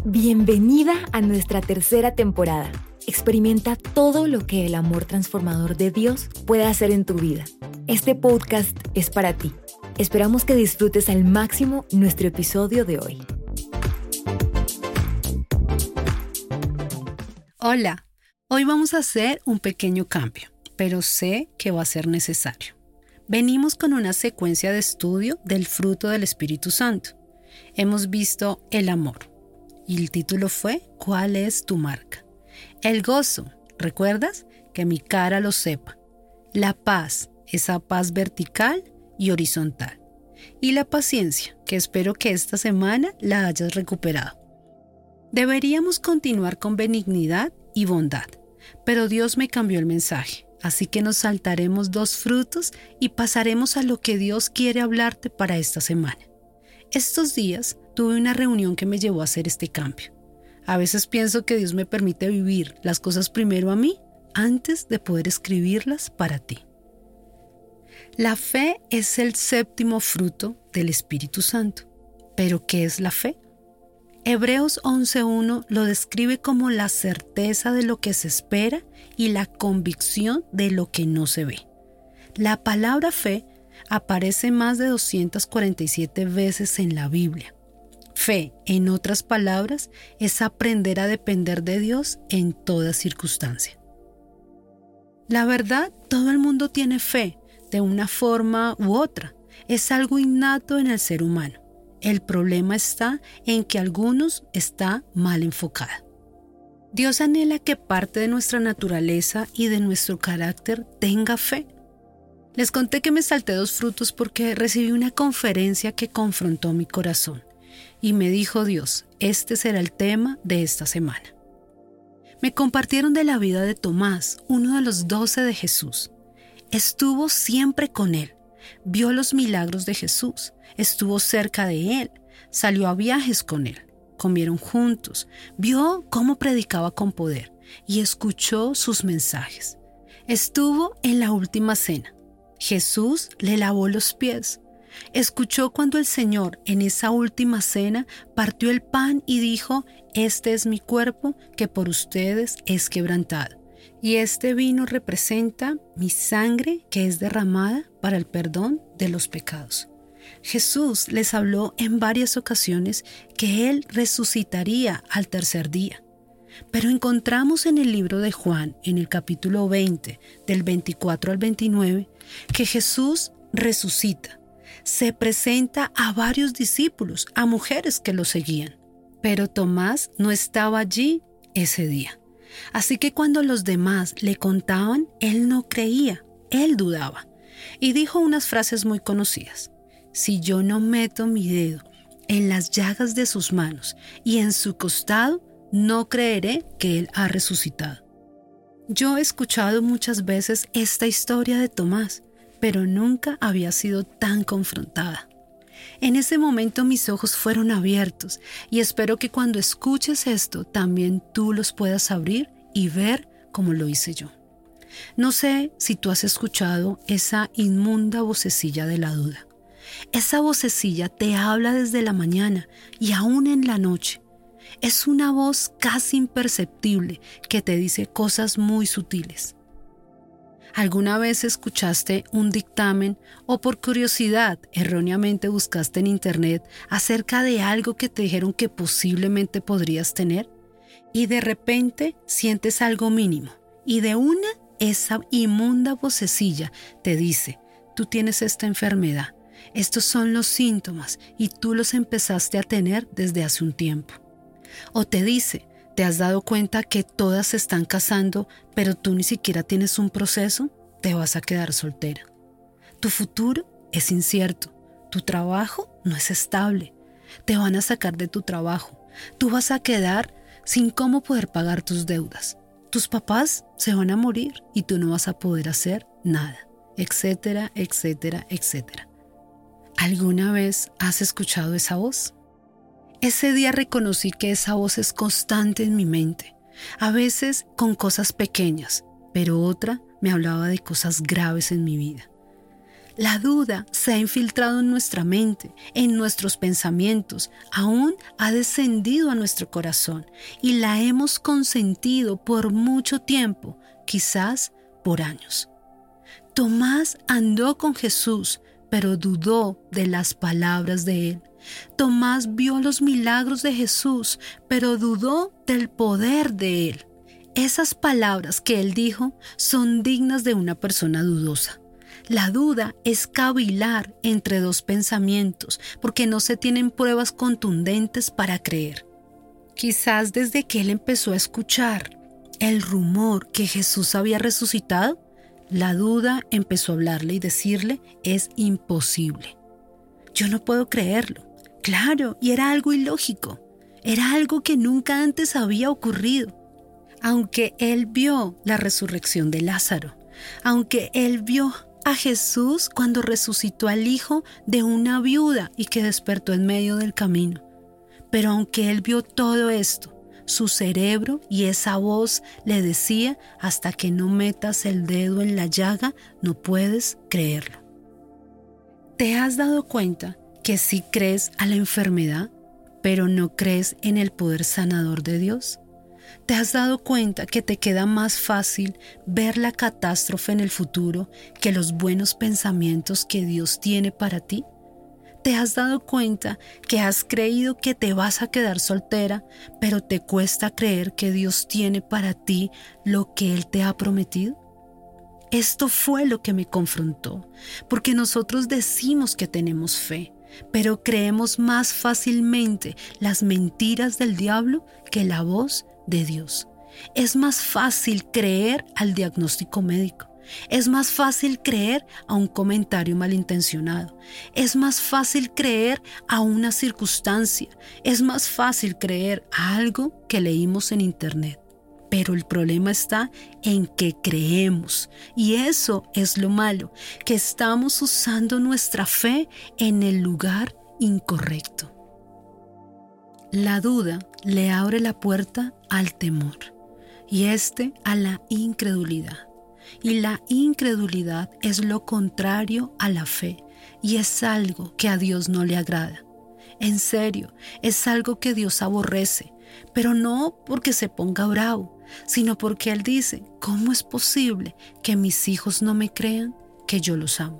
Bienvenida a nuestra tercera temporada. Experimenta todo lo que el amor transformador de Dios puede hacer en tu vida. Este podcast es para ti. Esperamos que disfrutes al máximo nuestro episodio de hoy. Hola, hoy vamos a hacer un pequeño cambio, pero sé que va a ser necesario. Venimos con una secuencia de estudio del fruto del Espíritu Santo. Hemos visto el amor y el título fue ¿Cuál es tu marca? El gozo, ¿recuerdas? Que mi cara lo sepa. La paz, esa paz vertical y horizontal. Y la paciencia, que espero que esta semana la hayas recuperado. Deberíamos continuar con benignidad y bondad, pero Dios me cambió el mensaje, así que nos saltaremos 2 frutos y pasaremos a lo que Dios quiere hablarte para esta semana. Estos días tuve una reunión que me llevó a hacer este cambio. A veces pienso que Dios me permite vivir las cosas primero a mí antes de poder escribirlas para ti. La fe es el 7º fruto del Espíritu Santo. ¿Pero qué es la fe? Hebreos 11:1 lo describe como la certeza de lo que se espera y la convicción de lo que no se ve. La palabra fe aparece más de 247 veces en la Biblia. Fe, en otras palabras, es aprender a depender de Dios en toda circunstancia. La verdad, todo el mundo tiene fe, de una forma u otra. Es algo innato en el ser humano. El problema está en que algunos está mal enfocada. Dios anhela que parte de nuestra naturaleza y de nuestro carácter tenga fe. Les conté que me salté 2 frutos porque recibí una conferencia que confrontó mi corazón. Y me dijo Dios, este será el tema de esta semana. Me compartieron de la vida de Tomás, uno de los 12 de Jesús. Estuvo siempre con él, vio los milagros de Jesús, estuvo cerca de él, salió a viajes con él, comieron juntos, vio cómo predicaba con poder y escuchó sus mensajes. Estuvo en la última cena. Jesús le lavó los pies. Escuchó cuando el Señor en esa última cena partió el pan y dijo, este es mi cuerpo que por ustedes es quebrantado. Y este vino representa mi sangre que es derramada para el perdón de los pecados. Jesús les habló en varias ocasiones que Él resucitaría al 3er día. Pero encontramos en el libro de Juan, en el capítulo 20, del 24 al 29, que Jesús resucita. Se presenta a varios discípulos, a mujeres que lo seguían. Pero Tomás no estaba allí ese día. Así que cuando los demás le contaban, él no creía, él dudaba. Y dijo unas frases muy conocidas. Si yo no meto mi dedo en las llagas de sus manos y en su costado, no creeré que él ha resucitado. Yo he escuchado muchas veces esta historia de Tomás, pero nunca había sido tan confrontada. En ese momento mis ojos fueron abiertos y espero que cuando escuches esto también tú los puedas abrir y ver como lo hice yo. No sé si tú has escuchado esa inmunda vocecilla de la duda. Esa vocecilla te habla desde la mañana y aún en la noche. Es una voz casi imperceptible que te dice cosas muy sutiles. ¿Alguna vez escuchaste un dictamen o por curiosidad erróneamente buscaste en internet acerca de algo que te dijeron que posiblemente podrías tener? Y de repente sientes algo mínimo y de una esa inmunda vocecilla te dice, tú tienes esta enfermedad, estos son los síntomas y tú los empezaste a tener desde hace un tiempo. O te dice, ¿te has dado cuenta que todas se están casando, pero tú ni siquiera tienes un proceso? Te vas a quedar soltera. Tu futuro es incierto. Tu trabajo no es estable. Te van a sacar de tu trabajo. Tú vas a quedar sin cómo poder pagar tus deudas. Tus papás se van a morir y tú no vas a poder hacer nada, etcétera, etcétera, etcétera. ¿Alguna vez has escuchado esa voz? Ese día reconocí que esa voz es constante en mi mente, a veces con cosas pequeñas, pero otra me hablaba de cosas graves en mi vida. La duda se ha infiltrado en nuestra mente, en nuestros pensamientos, aún ha descendido a nuestro corazón y la hemos consentido por mucho tiempo, quizás por años. Tomás andó con Jesús, pero dudó de las palabras de él. Tomás vio los milagros de Jesús, pero dudó del poder de él. Esas palabras que él dijo son dignas de una persona dudosa. La duda es cavilar entre dos pensamientos porque no se tienen pruebas contundentes para creer. Quizás desde que él empezó a escuchar el rumor que Jesús había resucitado, la duda empezó a hablarle y decirle: es imposible. Yo no puedo creerlo. Claro, y era algo ilógico. Era algo que nunca antes había ocurrido. Aunque él vio la resurrección de Lázaro, aunque él vio a Jesús cuando resucitó al hijo de una viuda y que despertó en medio del camino. Pero aunque él vio todo esto, su cerebro y esa voz le decía: hasta que no metas el dedo en la llaga, no puedes creerlo. ¿Te has dado cuenta que sí crees a la enfermedad, pero no crees en el poder sanador de Dios? ¿Te has dado cuenta que te queda más fácil ver la catástrofe en el futuro que los buenos pensamientos que Dios tiene para ti? ¿Te has dado cuenta que has creído que te vas a quedar soltera, pero te cuesta creer que Dios tiene para ti lo que Él te ha prometido? Esto fue lo que me confrontó, porque nosotros decimos que tenemos fe, pero creemos más fácilmente las mentiras del diablo que la voz de Dios. Es más fácil creer al diagnóstico médico. Es más fácil creer a un comentario malintencionado. Es más fácil creer a una circunstancia. Es más fácil creer a algo que leímos en internet. Pero el problema está en que creemos. Y eso es lo malo, que estamos usando nuestra fe en el lugar incorrecto. La duda le abre la puerta al temor y a la incredulidad. Y la incredulidad es lo contrario a la fe y es algo que a Dios no le agrada. En serio, es algo que Dios aborrece, pero no porque se ponga bravo, sino porque Él dice: ¿cómo es posible que mis hijos no me crean que yo los amo?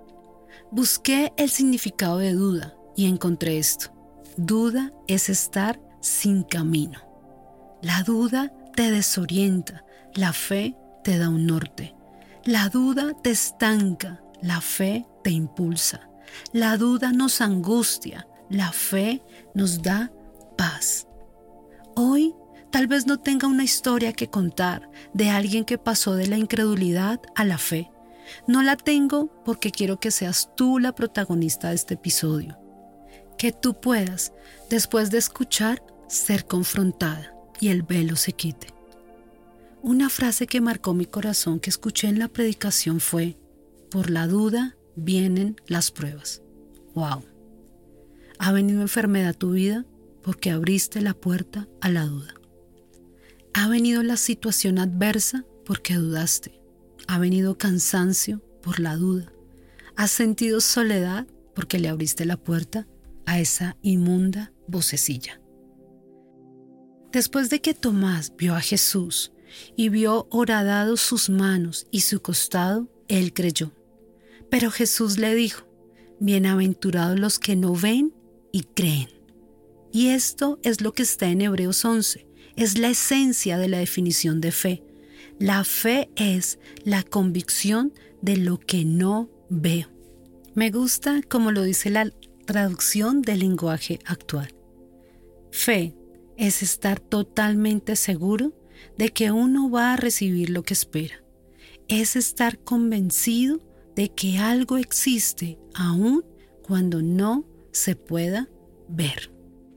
Busqué el significado de duda y encontré esto. Duda es estar sin camino. La duda te desorienta, la fe te da un norte. La duda te estanca, la fe te impulsa. La duda nos angustia, la fe nos da paz. Hoy tal vez no tenga una historia que contar de alguien que pasó de la incredulidad a la fe. No la tengo porque quiero que seas tú la protagonista de este episodio. Que tú puedas, después de escuchar, ser confrontada y el velo se quite. Una frase que marcó mi corazón que escuché en la predicación fue: por la duda vienen las pruebas. ¡Wow! ¿Ha venido enfermedad a tu vida? Porque abriste la puerta a la duda. ¿Ha venido la situación adversa? Porque dudaste. ¿Ha venido cansancio? Por la duda. ¿Has sentido soledad? Porque le abriste la puerta a esa inmunda vocecilla. Después de que Tomás vio a Jesús y vio horadados sus manos y su costado, él creyó. Pero Jesús le dijo: bienaventurados los que no ven y creen. Y esto es lo que está en Hebreos 11. Es la esencia de la definición de fe. La fe es la convicción de lo que no veo. Me gusta como lo dice la traducción del lenguaje actual. Fe es estar totalmente seguro de que uno va a recibir lo que espera. Es estar convencido de que algo existe aun cuando no se pueda ver.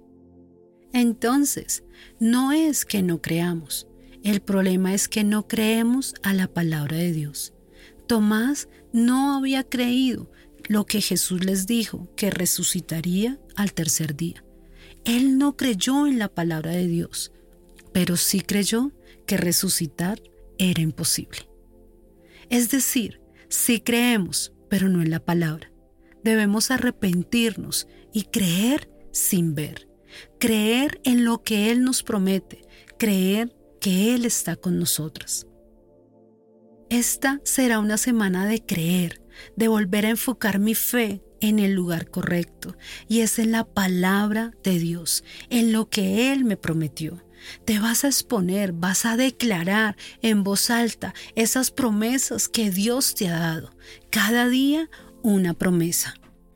Entonces, no es que no creamos. El problema es que no creemos a la palabra de Dios. Tomás no había creído lo que Jesús les dijo, que resucitaría al tercer día. Él no creyó en la palabra de Dios, pero sí creyó que resucitar era imposible. Es decir, sí creemos, pero no en la palabra. Debemos arrepentirnos y creer sin ver. Creer en lo que Él nos promete. Creer que Él está con nosotras. Esta será una semana de creer, de volver a enfocar mi fe en el lugar correcto, y es en la palabra de Dios, en lo que Él me prometió. Te vas a exponer, vas a declarar en voz alta esas promesas que Dios te ha dado. Cada día una promesa.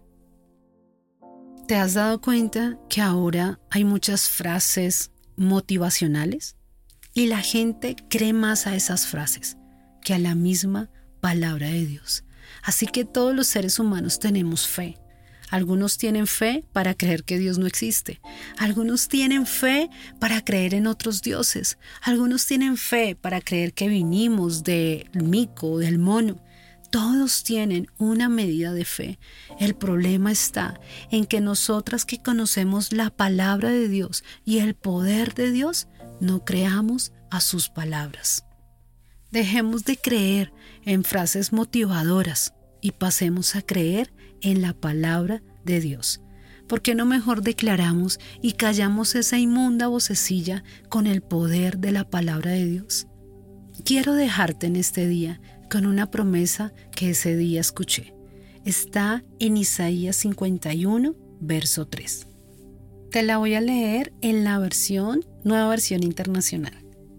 ¿Te has dado cuenta que ahora hay muchas frases motivacionales? Y la gente cree más a esas frases que a la misma palabra de Dios. Así que todos los seres humanos tenemos fe. Algunos tienen fe para creer que Dios no existe. Algunos tienen fe para creer en otros dioses. Algunos tienen fe para creer que vinimos del mico o del mono. Todos tienen una medida de fe. El problema está en que nosotras que conocemos la palabra de Dios y el poder de Dios, no creamos a sus palabras. Dejemos de creer en frases motivadoras y pasemos a creer en la palabra de Dios. ¿Por qué no mejor declaramos y callamos esa inmunda vocecilla con el poder de la palabra de Dios? Quiero dejarte en este día con una promesa que ese día escuché. Está en Isaías 51, verso 3. Te la voy a leer en la Nueva Versión Internacional.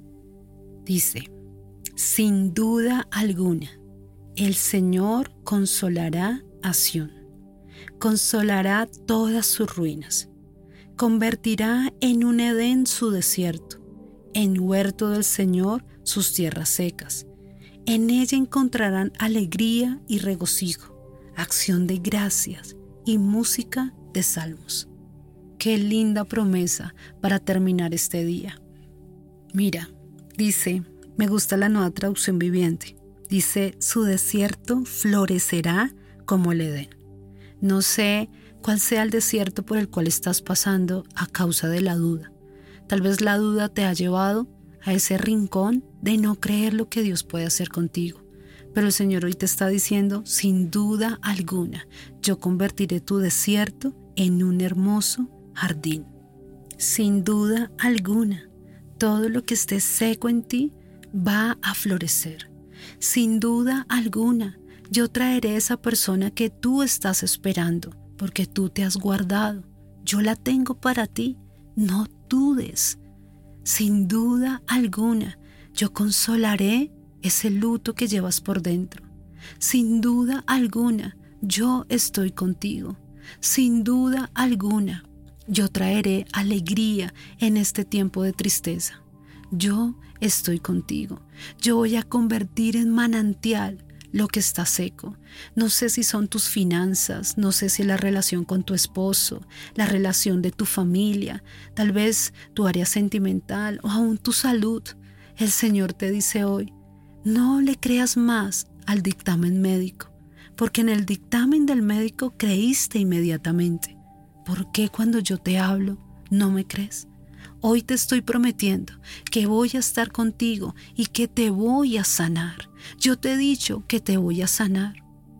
Dice: sin duda alguna, el Señor consolará a Sión, consolará todas sus ruinas, convertirá en un Edén su desierto, en huerto del Señor sus tierras secas. En ella encontrarán alegría y regocijo, acción de gracias y música de salmos. Qué linda promesa para terminar este día. Mira, dice, me gusta la Nueva Traducción Viviente. Dice, su desierto florecerá como el Edén. No sé cuál sea el desierto por el cual estás pasando a causa de la duda. Tal vez la duda te ha llevado a ese rincón de no creer lo que Dios puede hacer contigo. Pero el Señor hoy te está diciendo, sin duda alguna, yo convertiré tu desierto en un hermoso jardín. Sin duda alguna, todo lo que esté seco en ti va a florecer. Sin duda alguna, yo traeré esa persona que tú estás esperando, porque tú te has guardado. Yo la tengo para ti, no dudes. Sin duda alguna, yo consolaré ese luto que llevas por dentro. Sin duda alguna, yo estoy contigo. Sin duda alguna, yo traeré alegría en este tiempo de tristeza. Yo estoy contigo. Yo voy a convertir en manantial lo que está seco. No sé si son tus finanzas, no sé si es la relación con tu esposo, la relación de tu familia, tal vez tu área sentimental o aún tu salud. El Señor te dice hoy, no le creas más al dictamen médico, porque en el dictamen del médico creíste inmediatamente. ¿Por qué cuando yo te hablo no me crees? Hoy te estoy prometiendo que voy a estar contigo y que te voy a sanar. Yo te he dicho que te voy a sanar,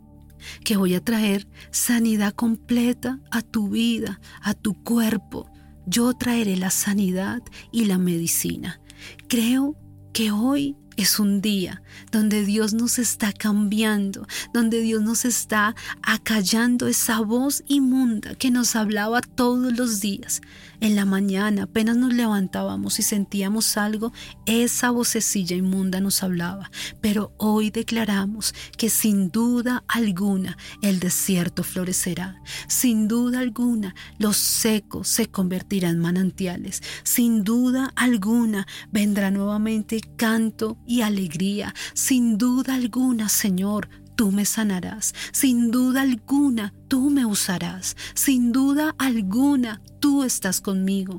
que voy a traer sanidad completa a tu vida, a tu cuerpo. Yo traeré la sanidad y la medicina. Creo que hoy es un día donde Dios nos está cambiando, donde Dios nos está acallando esa voz inmunda que nos hablaba todos los días. En la mañana apenas nos levantábamos y sentíamos algo, esa vocecilla inmunda nos hablaba. Pero hoy declaramos que sin duda alguna el desierto florecerá. Sin duda alguna los secos se convertirán en manantiales. Sin duda alguna vendrá nuevamente canto y alegría. Sin duda alguna, Señor, tú me sanarás. Sin duda alguna, tú me usarás. Sin duda alguna, tú estás conmigo.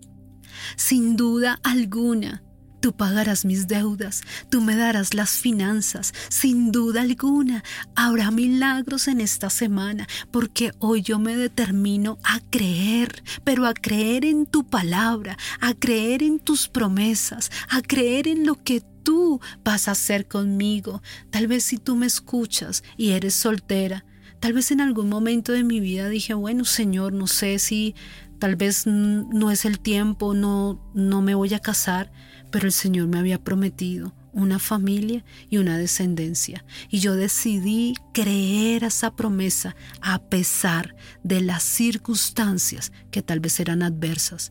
Sin duda alguna, tú pagarás mis deudas, tú me darás las finanzas. Sin duda alguna, habrá milagros en esta semana, porque hoy yo me determino a creer, pero a creer en tu palabra, a creer en tus promesas, a creer en lo que tú vas a hacer conmigo. Tal vez si tú me escuchas y eres soltera, tal vez en algún momento de mi vida dije, bueno, Señor, no sé si tal vez no es el tiempo, no me voy a casar, pero el Señor me había prometido una familia y una descendencia. Y yo decidí creer a esa promesa a pesar de las circunstancias que tal vez eran adversas.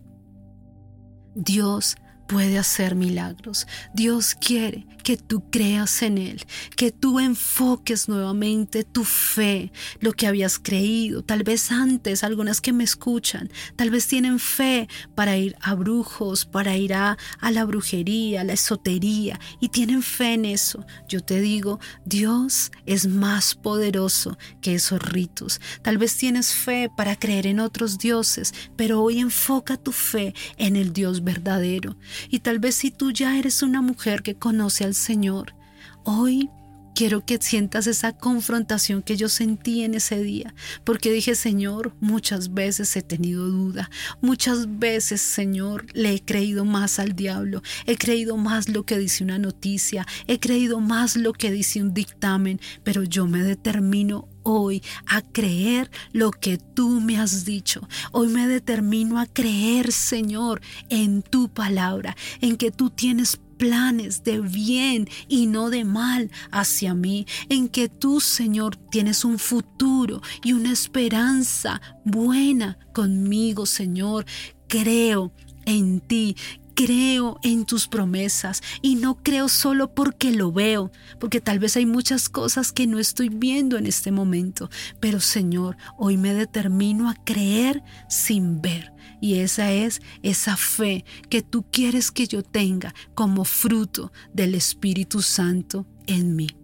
Dios puede hacer milagros. Dios quiere que tú creas en Él, que tú enfoques nuevamente tu fe, lo que habías creído. Tal vez antes, algunas que me escuchan, tal vez tienen fe para ir a brujos, para ir a la brujería, a la esotería, y tienen fe en eso. Yo te digo, Dios es más poderoso que esos ritos. Tal vez tienes fe para creer en otros dioses, pero hoy enfoca tu fe en el Dios verdadero. Y tal vez si tú ya eres una mujer que conoce al Señor, hoy quiero que sientas esa confrontación que yo sentí en ese día, porque dije, Señor, muchas veces he tenido duda, muchas veces, Señor, le he creído más al diablo, he creído más lo que dice una noticia, he creído más lo que dice un dictamen, pero yo me determino hoy a creer lo que tú me has dicho. Hoy me determino a creer, Señor, en tu palabra, en que tú tienes planes de bien y no de mal hacia mí, en que tú, Señor, tienes un futuro y una esperanza buena conmigo, Señor. Creo en ti. Creo en tus promesas y no creo solo porque lo veo, porque tal vez hay muchas cosas que no estoy viendo en este momento, pero Señor, hoy me determino a creer sin ver. Y esa es esa fe que tú quieres que yo tenga como fruto del Espíritu Santo en mí.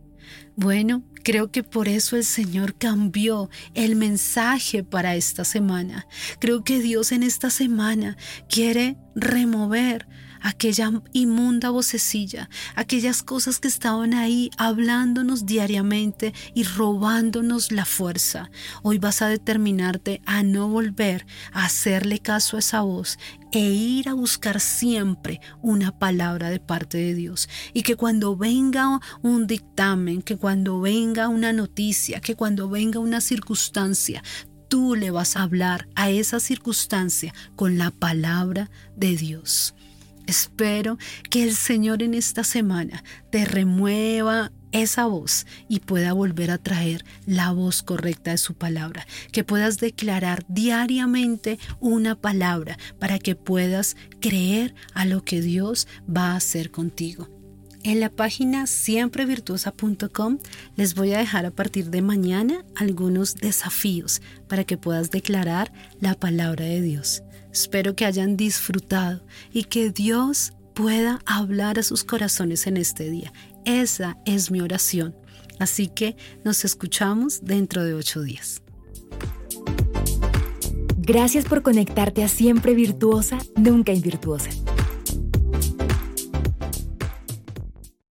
Bueno, creo que por eso el Señor cambió el mensaje para esta semana. Creo que Dios en esta semana quiere remover aquella inmunda vocecilla, aquellas cosas que estaban ahí hablándonos diariamente y robándonos la fuerza. Hoy vas a determinarte a no volver a hacerle caso a esa voz e ir a buscar siempre una palabra de parte de Dios. Y que cuando venga un dictamen, que cuando venga una noticia, que cuando venga una circunstancia, tú le vas a hablar a esa circunstancia con la palabra de Dios. Espero que el Señor en esta semana te remueva esa voz y pueda volver a traer la voz correcta de su palabra, que puedas declarar diariamente una palabra para que puedas creer a lo que Dios va a hacer contigo. En la página siemprevirtuosa.com les voy a dejar a partir de mañana algunos desafíos para que puedas declarar la palabra de Dios. Espero que hayan disfrutado y que Dios pueda hablar a sus corazones en este día. Esa es mi oración. Así que nos escuchamos dentro de 8 días. Gracias por conectarte a Siempre Virtuosa, Nunca Invirtuosa.